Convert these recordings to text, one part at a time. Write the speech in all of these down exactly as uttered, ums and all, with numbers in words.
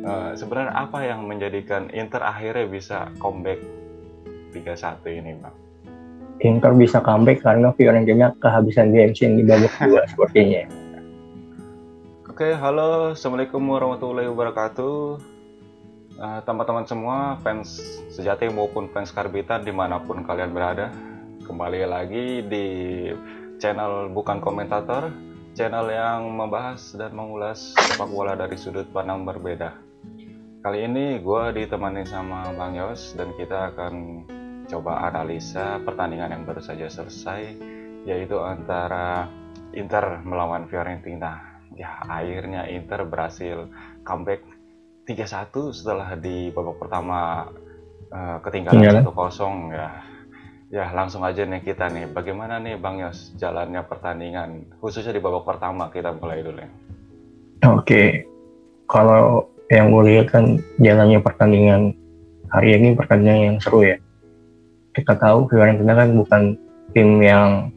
Uh, sebenarnya apa yang menjadikan Inter akhirnya bisa comeback tiga satu ini, Bang? Inter bisa comeback karena Fiorentina kehabisan bensin di babak kedua sepertinya. Oke, halo, assalamualaikum warahmatullahi wabarakatuh. Uh, teman-teman semua, fans sejati maupun fans karbitan dimanapun kalian berada, kembali lagi di channel Bukan Komentator, channel yang membahas dan mengulas sepak bola dari sudut pandang berbeda. Kali ini gue ditemani sama Bang Yos dan kita akan coba analisa pertandingan yang baru saja selesai, yaitu antara Inter melawan Fiorentina. Ya, akhirnya Inter berhasil comeback tiga satu setelah di babak pertama uh, ketinggalan satu kosong ya. Ya, langsung aja nih kita nih. Bagaimana nih Bang Yos jalannya pertandingan, khususnya di babak pertama, kita mulai dulu ya. Oke, kalau yang gue lihat kan jalannya pertandingan hari ini pertandingan yang seru ya. Kita tahu Fiorentina kan bukan tim yang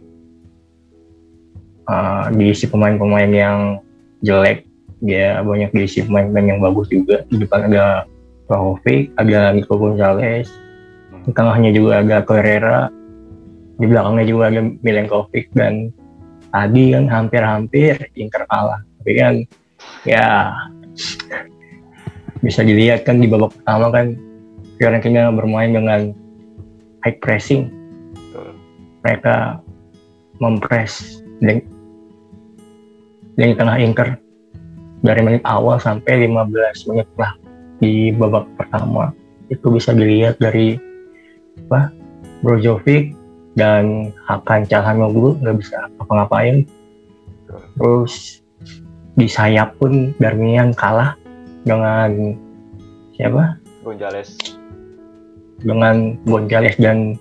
uh, diisi pemain-pemain yang jelek, dia banyak diisi pemain-pemain yang bagus juga. Di depan ada Vlahovic, ada Nico Gonzalez, di tengahnya juga ada Herrera, di belakangnya juga ada Milenkovic, dan tadi kan hampir-hampir Inter kalah. Tapi kan ya bisa dilihat kan di babak pertama kan Fiorentina bermain dengan high pressing. Mereka mempres dari, dari tengah Inter dari menit awal sampai lima belas menit lah di babak pertama. Itu bisa dilihat dari apa, Brozovic dan Hakan Çalhanoğlu nggak bisa apa-ngapain. Terus di sayap pun Darmian kalah dengan siapa? Gonzalez. Dengan Gonzalez dan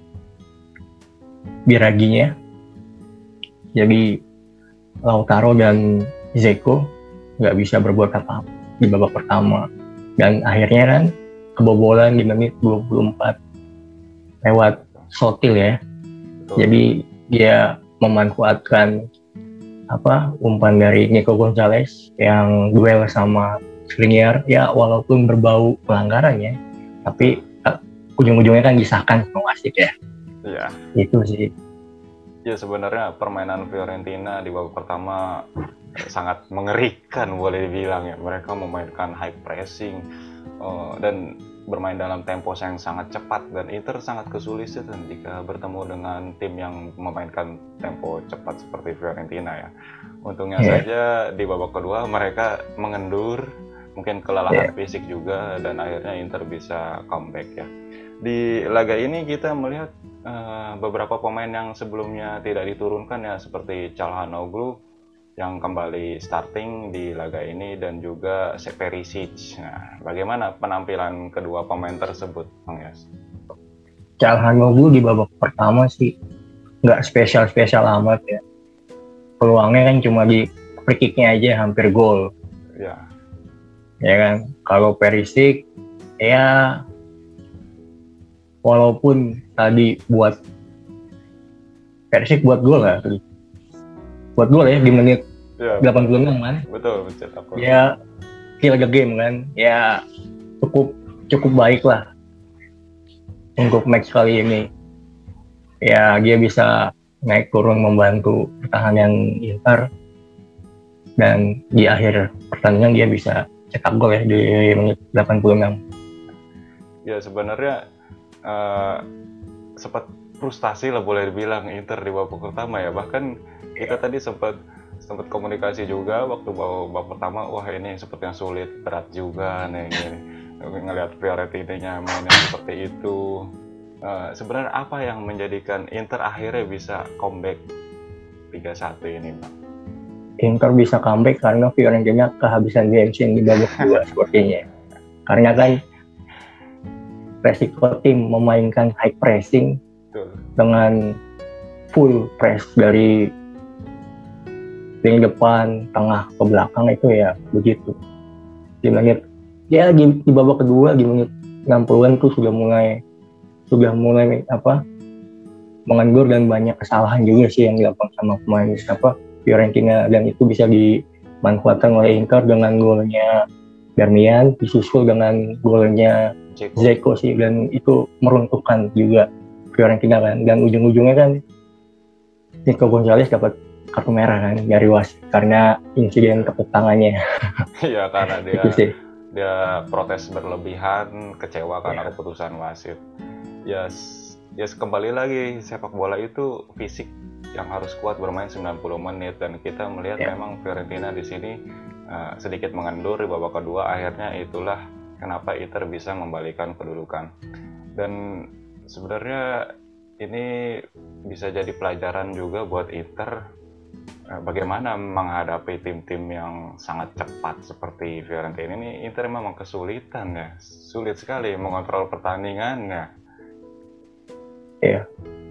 Biraginya. Jadi Lautaro dan Dzeko nggak bisa berbuat apa-apa di babak pertama. Dan akhirnya kan kebobolan di menit dua puluh empat lewat Sotil ya. Betul. Jadi dia memanfaatkan apa umpan dari Nico Gonzalez yang duel sama Skriniar, ya walaupun berbau pelanggaran ya, tapi uh, ujung-ujungnya kan disahkan sama wasit ya. Iya. Itu sih. Ya, sebenarnya permainan Fiorentina di babak pertama sangat mengerikan boleh dibilang ya. Mereka memainkan high pressing uh, dan bermain dalam tempo yang sangat cepat, dan Inter sangat kesulitan jika bertemu dengan tim yang memainkan tempo cepat seperti Fiorentina ya. Untungnya yeah. saja di babak kedua mereka mengendur, mungkin kelelahan yeah. fisik juga, dan akhirnya Inter bisa comeback ya. Di laga ini kita melihat uh, beberapa pemain yang sebelumnya tidak diturunkan ya, seperti Çalhanoğlu yang kembali starting di laga ini, dan juga Perisic. Nah, bagaimana penampilan kedua pemain tersebut, Bang Yas? Çalhanoğlu di babak pertama sih nggak spesial-spesial amat ya. Peluangnya kan cuma di free kick-nya aja hampir gol. Ya. Ya kan. Kalau Perisic ya walaupun tadi buat Perisic buat gol nggak? Buat gol ya di menit ya, delapan puluh enam kan. Betul, mencetak gol. Ya kill the game kan. Ya cukup cukup baik lah untuk match kali ini. Ya dia bisa naik turun membantu pertahanan Inter, dan di akhir pertandingan dia bisa cetak gol ya di menit delapan puluh enam. Ya sebenarnya uh, sempat frustasi lah boleh dibilang Inter di babak pertama ya. Bahkan kita tadi sempat sempat komunikasi juga waktu babak pertama, wah ini sepertinya sulit, berat juga nih ini ngelihat Fiorentina mainnya seperti itu. Uh, sebenarnya apa yang menjadikan Inter akhirnya bisa comeback tiga satu ini, Bang? Inter bisa comeback karena Fiorentina kehabisan bensin di babak kedua sepertinya. Karena kan resiko tim memainkan high pressing. Betul. Dengan full press dari lini depan, tengah ke belakang, itu ya begitu. Di menit ya di, di babak kedua di menit enam puluhan tuh sudah mulai sudah mulai apa mengendur, dan banyak kesalahan juga sih yang dilakukan sama pemain apa Fiorentina, dan itu bisa dimanfaatkan oleh Inter dengan golnya Darmian, disusul dengan golnya Dzeko sih, dan itu meruntuhkan juga Fiorentina kan, dan ujung-ujungnya kan Nico Gonzalez dapat kartu merah kan dari wasit karena insiden tepuk tangannya. Iya, karena dia sih. dia protes berlebihan, kecewa karena ya. keputusan wasit. Ya, ya kembali lagi sepak bola itu fisik yang harus kuat bermain sembilan puluh menit, dan kita melihat ya. Memang Fiorentina di sini uh, sedikit mengendur di babak kedua, akhirnya itulah kenapa Inter bisa membalikan kedudukan. Dan sebenarnya ini bisa jadi pelajaran juga buat Inter uh, bagaimana menghadapi tim-tim yang sangat cepat seperti Fiorentina ini. Inter memang kesulitan ya, sulit sekali mengontrol pertandingannya. Ya.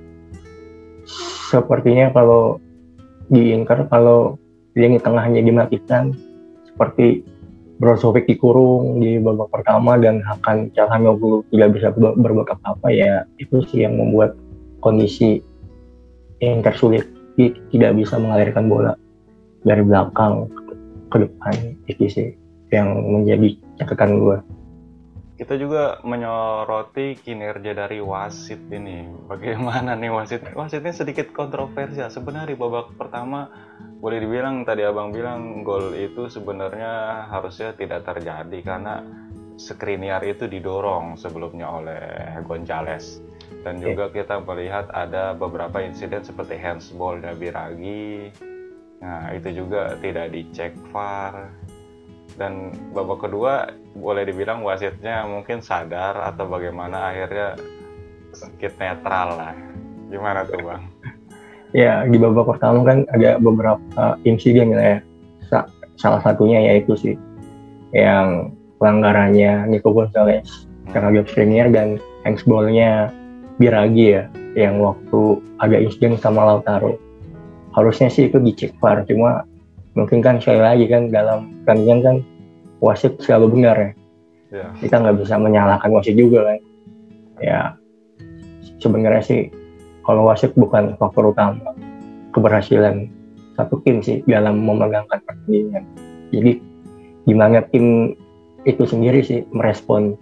Sepertinya kalau di Inter, kalau lini tengahnya dimatikan seperti Brozovic dikurung di babak pertama dan Hakan Çalhanoğlu tidak bisa berbuat apa-apa, ya itu sih yang membuat kondisi Inter sulit, tidak bisa mengalirkan bola dari belakang ke depan. Itu sih yang menjadi catatan gue. Kita juga menyoroti kinerja dari wasit ini. Bagaimana nih wasit? Wasitnya sedikit kontroversial. Sebenarnya di babak pertama boleh dibilang, tadi abang bilang gol itu sebenarnya harusnya tidak terjadi karena Skriniar itu didorong sebelumnya oleh Gonzalez. Dan juga kita melihat ada beberapa insiden seperti handsball-nya Biragi. Nah, itu juga tidak dicek V A R. Dan babak kedua boleh dibilang wasitnya mungkin sadar atau bagaimana, akhirnya sedikit netral lah. Gimana tuh bang? Ya, di babak pertama kan ada beberapa insiden ya. Sa- salah satunya yaitu sih yang pelanggarannya Nico Gonzalez terhadap Skriniar dan handsball-nya Biragi ya, yang waktu ada insiden sama Lautaro. Harusnya sih itu dicek V A R, cuma mungkin kan sekali lagi kan dalam pertandingan kan wasit selalu benar ya. Yeah. Kita nggak bisa menyalahkan wasit juga kan. Ya sebenarnya sih kalau wasit bukan faktor utama keberhasilan satu tim sih dalam memenangkan pertandingan. Jadi gimana tim itu sendiri sih merespon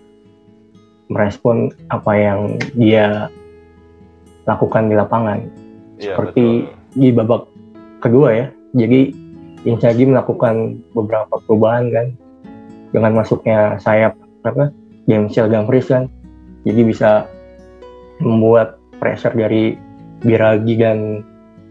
merespon apa yang dia lakukan di lapangan. Yeah, seperti betul. Di babak kedua ya. Jadi Inzaghi melakukan beberapa perubahan kan dengan masuknya sayap apa Denzel Dumfries kan, jadi bisa membuat pressure dari Biragi dan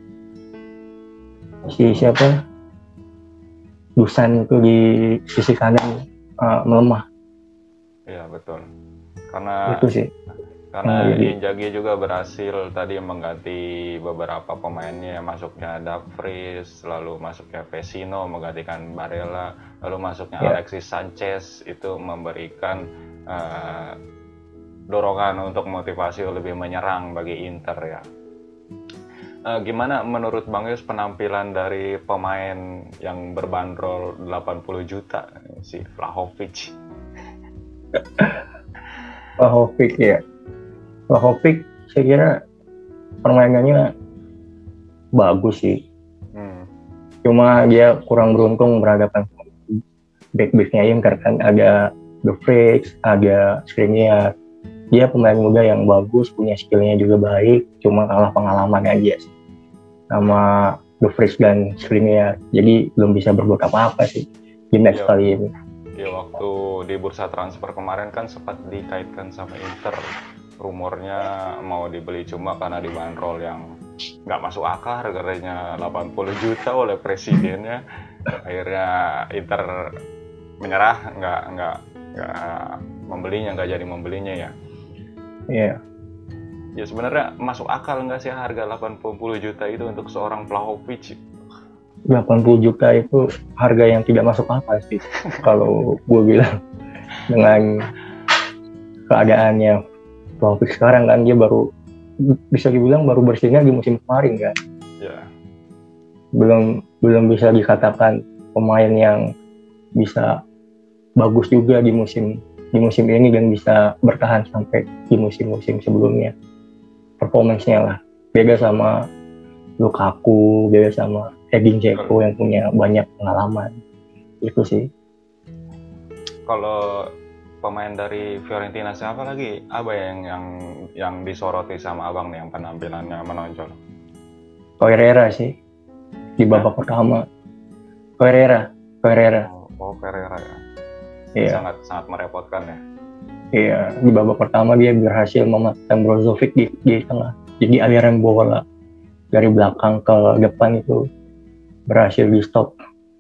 si siapa Dusan itu di sisi kanan uh, melemah. Iya betul, karena itu sih. Karena hmm, Inzaghi juga berhasil tadi mengganti beberapa pemainnya, masuknya Dumfries, lalu masuknya Vecino menggantikan Barella, lalu masuknya yeah. Alexis Sanchez, itu memberikan uh, dorongan untuk motivasi lebih menyerang bagi Inter ya. Uh, gimana menurut Bang Yus penampilan dari pemain yang berbanderol delapan puluh juta, si Vlahovic? Vlahovic ya. Vlahovic saya kira permainannya bagus sih, hmm. cuma dia kurang beruntung berhadapan back-backnya Inter kan, ada Dumfries, ada Skriniar. Dia pemain muda yang bagus, punya skillnya juga baik, cuma kalah pengalaman aja sih sama Dumfries dan Skriniar, jadi belum bisa berbuat apa-apa sih di match ya, kali ini. Ya waktu di bursa transfer kemarin kan sempat dikaitkan sama Inter, rumornya mau dibeli cuma karena dibanderol yang nggak masuk akal, harganya delapan puluh juta oleh presidennya. Akhirnya Inter menyerah, nggak nggak nggak membelinya, nggak jadi membelinya ya. Iya. Yeah. Ya sebenarnya masuk akal nggak sih harga delapan puluh juta itu untuk seorang Vlahovic? delapan puluh juta itu harga yang tidak masuk akal sih kalau gue bilang, dengan keadaannya Vlahovic sekarang kan, dia baru bisa dibilang baru bersinar di musim kemarin kan. Yeah. Belum belum bisa dikatakan pemain yang bisa bagus juga di musim di musim ini dan bisa bertahan sampai di musim-musim sebelumnya. Performance-nya lah beda sama Lukaku, beda sama Edin Dzeko yang punya banyak pengalaman. Itu sih. kalau pemain dari Fiorentina siapa lagi? Apa yang yang yang disoroti sama abang nih yang penampilannya menonjol? Herrera sih di babak pertama. Herrera, Herrera. Oh, oh Herrera ya. Iya. Sangat sangat merepotkan ya. Iya, di babak pertama dia berhasil mematahkan Brozovic di, di tengah. Jadi aliran bola dari belakang ke depan itu berhasil di stop.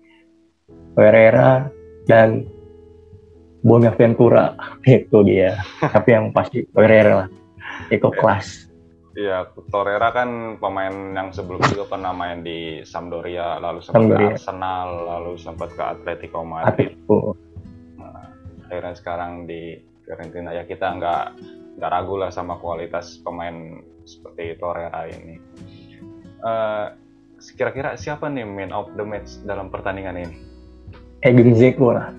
Herrera dan Bonaventura itu dia. Tapi yang pasti Herrera lah. Itu kelas. Iya, Torreira kan pemain yang sebelum juga pernah main di Sampdoria, lalu sempat Sampdoria. ke Arsenal, lalu sempat ke Atletico Madrid. Atletico. Nah, akhirnya sekarang di Fiorentina ya kita nggak nggak ragu lah sama kualitas pemain seperti Torreira ini. Uh, kira-kira siapa nih man of the match dalam pertandingan ini? Edin Dzeko lah.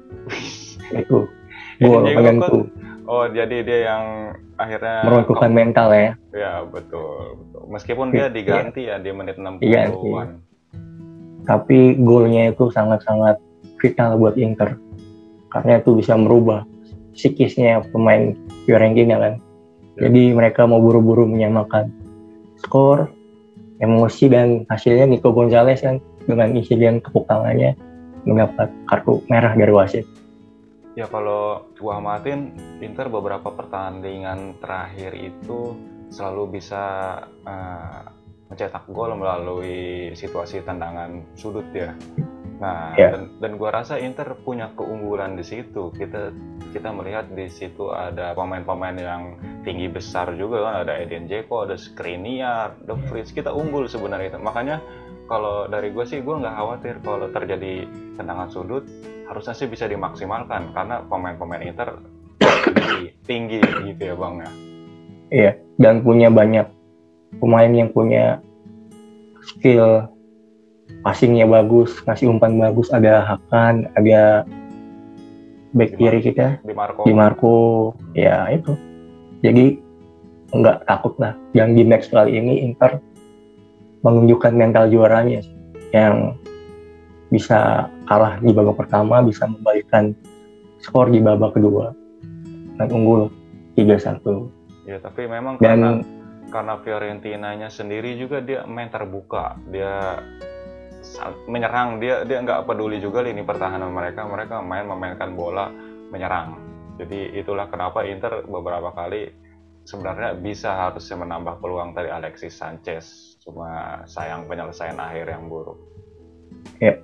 Itu gol penentu. Oh, jadi dia yang akhirnya meruntuhkan mental ya. Ya, betul, betul. Meskipun dia diganti ya, ya di menit enam puluhan. Tapi golnya itu sangat-sangat vital buat Inter. Karena itu bisa merubah psikisnya pemain Fiorentina kan. Ya. Jadi mereka mau buru-buru menyamakan skor, emosi, dan hasilnya Nico Gonzalez kan dengan insiden tepuk tangannya mendapat kartu merah dari wasit. Ya kalau gua amatin, Inter beberapa pertandingan terakhir itu selalu bisa uh, mencetak gol melalui situasi tendangan sudut ya. Nah, yeah. dan, dan gua rasa Inter punya keunggulan di situ. Kita kita melihat di situ ada pemain-pemain yang tinggi besar juga kan, ada Edin Dzeko, ada Skriniar, De Vrij. Kita unggul sebenarnya itu. Makanya kalau dari gue sih gue nggak khawatir kalau terjadi tendangan sudut, harusnya sih bisa dimaksimalkan karena pemain-pemain Inter tinggi, tinggi gitu ya bang ya. Iya, dan punya banyak pemain yang punya skill passingnya bagus, ngasih umpan bagus. Ada Hakan, ada back kiri kita Di Marco. Di Marco, ya itu. Jadi nggak takut lah. Yang di match kali ini Inter menunjukkan mental juaranya yang bisa kalah di babak pertama, bisa membalikkan skor di babak kedua dan unggul tiga satu. Ya, tapi memang dan, karena karena Fiorentinanya sendiri juga dia main terbuka, dia menyerang, dia dia nggak peduli juga lini pertahanan mereka, mereka main memainkan bola menyerang. Jadi itulah kenapa Inter beberapa kali sebenarnya bisa harusnya menambah peluang dari Alexis Sanchez. Cuma sayang penyelesaian akhir yang buruk. Ya.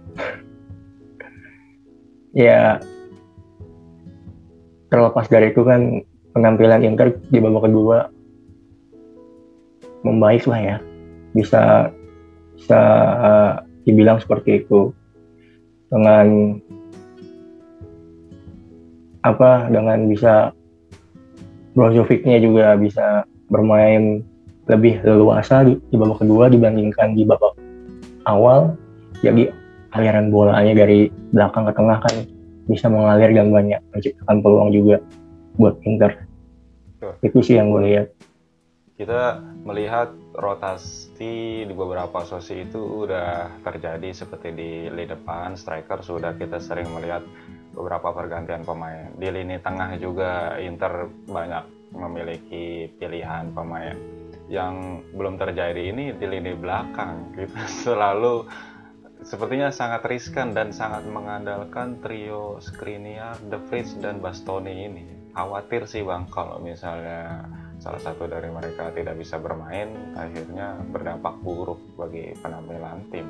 Ya. Terlepas dari itu kan penampilan Inter di babak kedua membaik lah ya. Bisa bisa uh, dibilang seperti itu. Dengan apa? Dengan bisa Brozovic-nya juga bisa bermain lebih leluasa di, di babak kedua dibandingkan di babak awal. Jadi aliran bolanya dari belakang ke tengah kan bisa mengalir dan banyak menciptakan peluang juga buat Inter. Tuh. Itu sih yang gue lihat. Kita melihat rotasi di beberapa posisi itu udah terjadi seperti di lini depan striker, sudah kita sering melihat beberapa pergantian pemain. Di lini tengah juga Inter banyak memiliki pilihan pemain. Yang belum terjadi ini di lini belakang, kita selalu sepertinya sangat riskan dan sangat mengandalkan trio Skriniar, De Vrij, dan Bastoni ini. Khawatir sih bang kalau misalnya salah satu dari mereka tidak bisa bermain, akhirnya berdampak buruk bagi penampilan tim.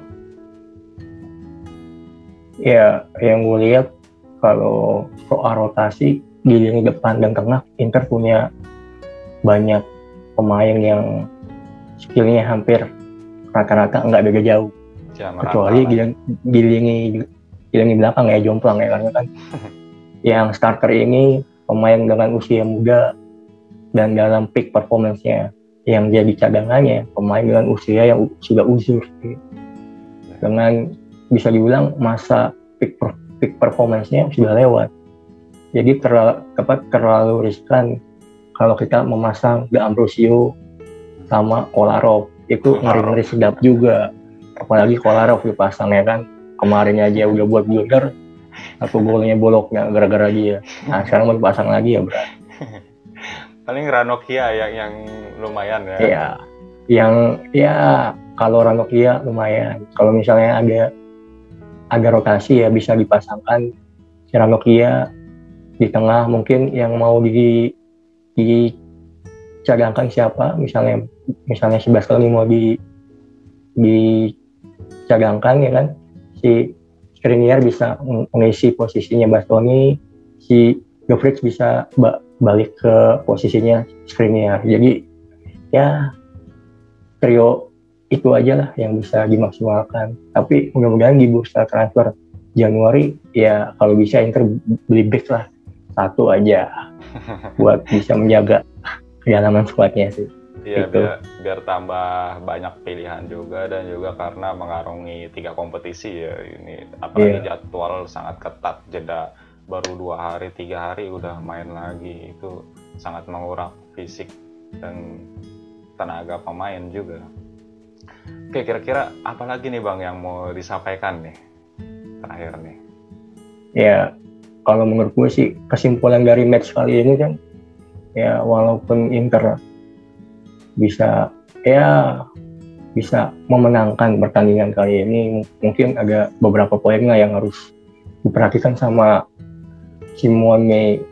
Ya, yang gue lihat kalau soal rotasi di lini depan dan tengah, Inter punya banyak pemain yang skillnya hampir rata-rata nggak beda jauh, ya, kecuali di, di lini di lini belakang ya jomplang ya, karena kan yang starter ini pemain dengan usia muda dan dalam peak performance-nya, yang jadi cadangannya pemain dengan usia yang sudah uzur gitu. Dengan bisa dibilang masa peak, peak performance-nya sudah lewat, jadi terlalu tepat terlalu riskan kalau kita memasang De Ambrosio sama Kolarov. Itu ngeri-ngeri sedap juga. Apalagi Kolarov dipasang ya kan. Kemarin aja udah buat blunder, Aku golnya boloknya gara-gara dia. Nah sekarang mau dipasang lagi ya berat. Paling Ranocchia yang yang lumayan ya. Iya. Yang ya kalau Ranocchia lumayan. Kalau misalnya ada ada rotasi ya bisa dipasangkan si Ranocchia di tengah, mungkin yang mau di dicadangkan siapa, misalnya misalnya si Bastoni mau di dicadangkan ya kan, si Skriniar bisa mengisi posisinya Bastoni, si Govric bisa ba- balik ke posisinya Skriniar. Jadi ya trio itu aja lah yang bisa dimaksimalkan. Tapi mudah-mudahan di bursa transfer Januari ya kalau bisa Inter beli back lah satu aja buat bisa menjaga kedalaman skuadnya sih. Iya, Itu. biar biar tambah banyak pilihan juga, dan juga karena mengarungi tiga kompetisi ya ini, apalagi yeah. Jadwal sangat ketat, jeda baru dua hari tiga hari udah main lagi, itu sangat menguras fisik dan tenaga pemain juga. Oke, kira-kira apa lagi nih Bang yang mau disampaikan nih terakhir nih? Ya kalau menurut gue sih kesimpulan dari match kali ini kan ya walaupun Inter bisa ya bisa memenangkan pertandingan kali ini, mungkin ada beberapa poin lah yang harus diperhatikan sama Simone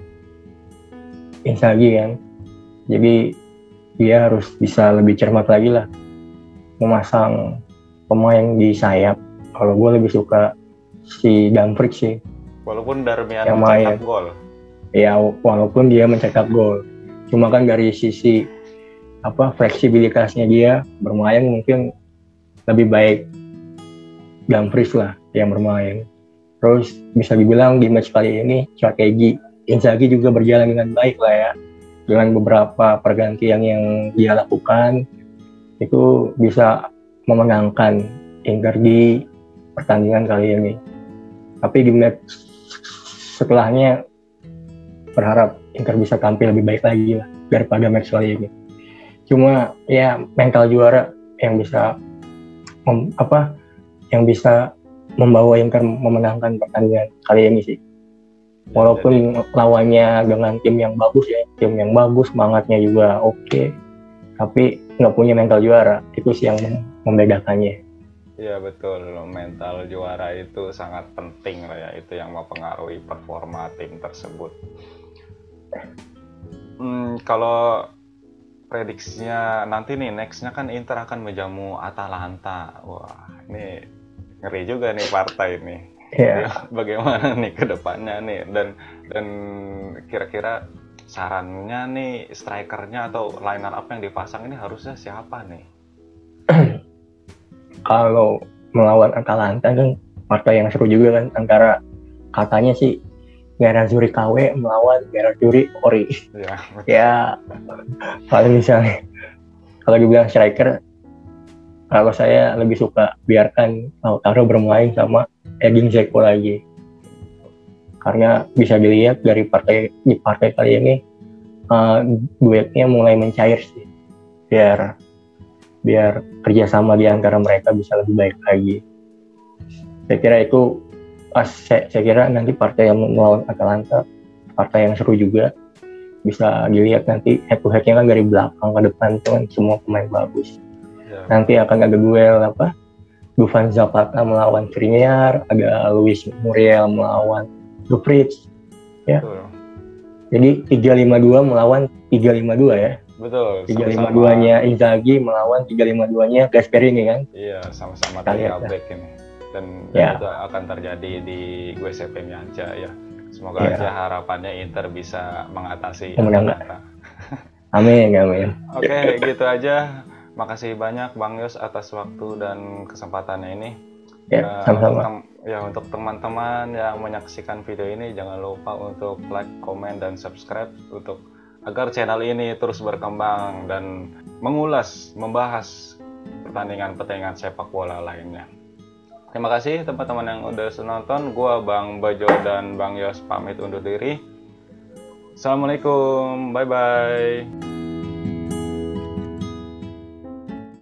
Inzaghi kan. Jadi dia harus bisa lebih cermat lagi lah memasang pemain di sayap. Kalau gue lebih suka si Dumfries sih. Walaupun Darmian mencetak gol. Ya walaupun dia mencetak gol. Cuma kan dari sisi apa fleksibilitasnya dia bermain mungkin lebih baik Dumfries lah yang bermain. Terus bisa dibilang di match kali ini strategi Inzaghi juga berjalan dengan baik lah ya. Dengan beberapa pergantian yang dia lakukan itu bisa memenangkan Inter di pertandingan kali ini. Tapi di match setelahnya berharap Inter bisa tampil lebih baik lagi lah daripada match kali ini. Cuma ya mental juara yang bisa mem, apa yang bisa membawa Inter memenangkan pertandingan kali ini sih. Walaupun Jadi, lawannya dengan tim yang bagus ya, tim yang bagus, semangatnya juga oke, okay, tapi nggak punya mental juara, itu sih yang membedakannya. Iya betul, mental juara itu sangat penting lah ya, itu yang mempengaruhi performa tim tersebut. Hmm, kalau prediksinya nanti nih, nextnya kan Inter akan menjamu Atalanta. Wah, ini ngeri juga nih partai nih. Yeah. Bagaimana nih ke depannya nih, dan dan kira-kira sarannya nih strikernya atau liner up yang dipasang ini harusnya siapa nih? Kalau melawan Atalanta kan partai yang seru juga kan, antara katanya sih Nerazzurri K W melawan Nerazzurri Ori. Ya, ya kalau misalnya kalau dibilang striker, kalau saya lebih suka biarkan Lautaro bermain sama Edin Dzeko lagi, karena bisa dilihat dari partai di partai kali ini uh, duetnya mulai mencair sih, biar biar kerjasama di antara mereka bisa lebih baik lagi. Saya kira itu pas saya, saya kira nanti partai yang melawan Atalanta partai yang seru juga, bisa dilihat nanti head to headnya kan dari belakang ke depan tuh kan semua pemain bagus ya. Nanti akan ada duel apa Dufan Zapata melawan Skriniar, ada Luis Muriel melawan Govric ya. Betul. Jadi tiga lima dua melawan tiga lima dua ya. Betul. tiga lima dua-nya Inzaghi melawan tiga lima dua-nya Gasperini kan? Iya, sama-sama tiga back ini. Dan, dan ya. Itu akan terjadi di Giuseppe Meazza ya. Semoga ya. Aja harapannya Inter bisa mengatasi Atalanta. Amin, amin. Oke, gitu aja. Makasih banyak Bang Yos atas waktu dan kesempatannya ini. Ya, sama-sama. Untuk, ya, untuk teman-teman yang menyaksikan video ini, jangan lupa untuk like, komen, dan subscribe untuk agar channel ini terus berkembang dan mengulas, membahas pertandingan-pertandingan sepak bola lainnya. Terima kasih teman-teman yang udah nonton. Gua Bang Bejo dan Bang Yos pamit undur diri. Assalamualaikum, bye-bye.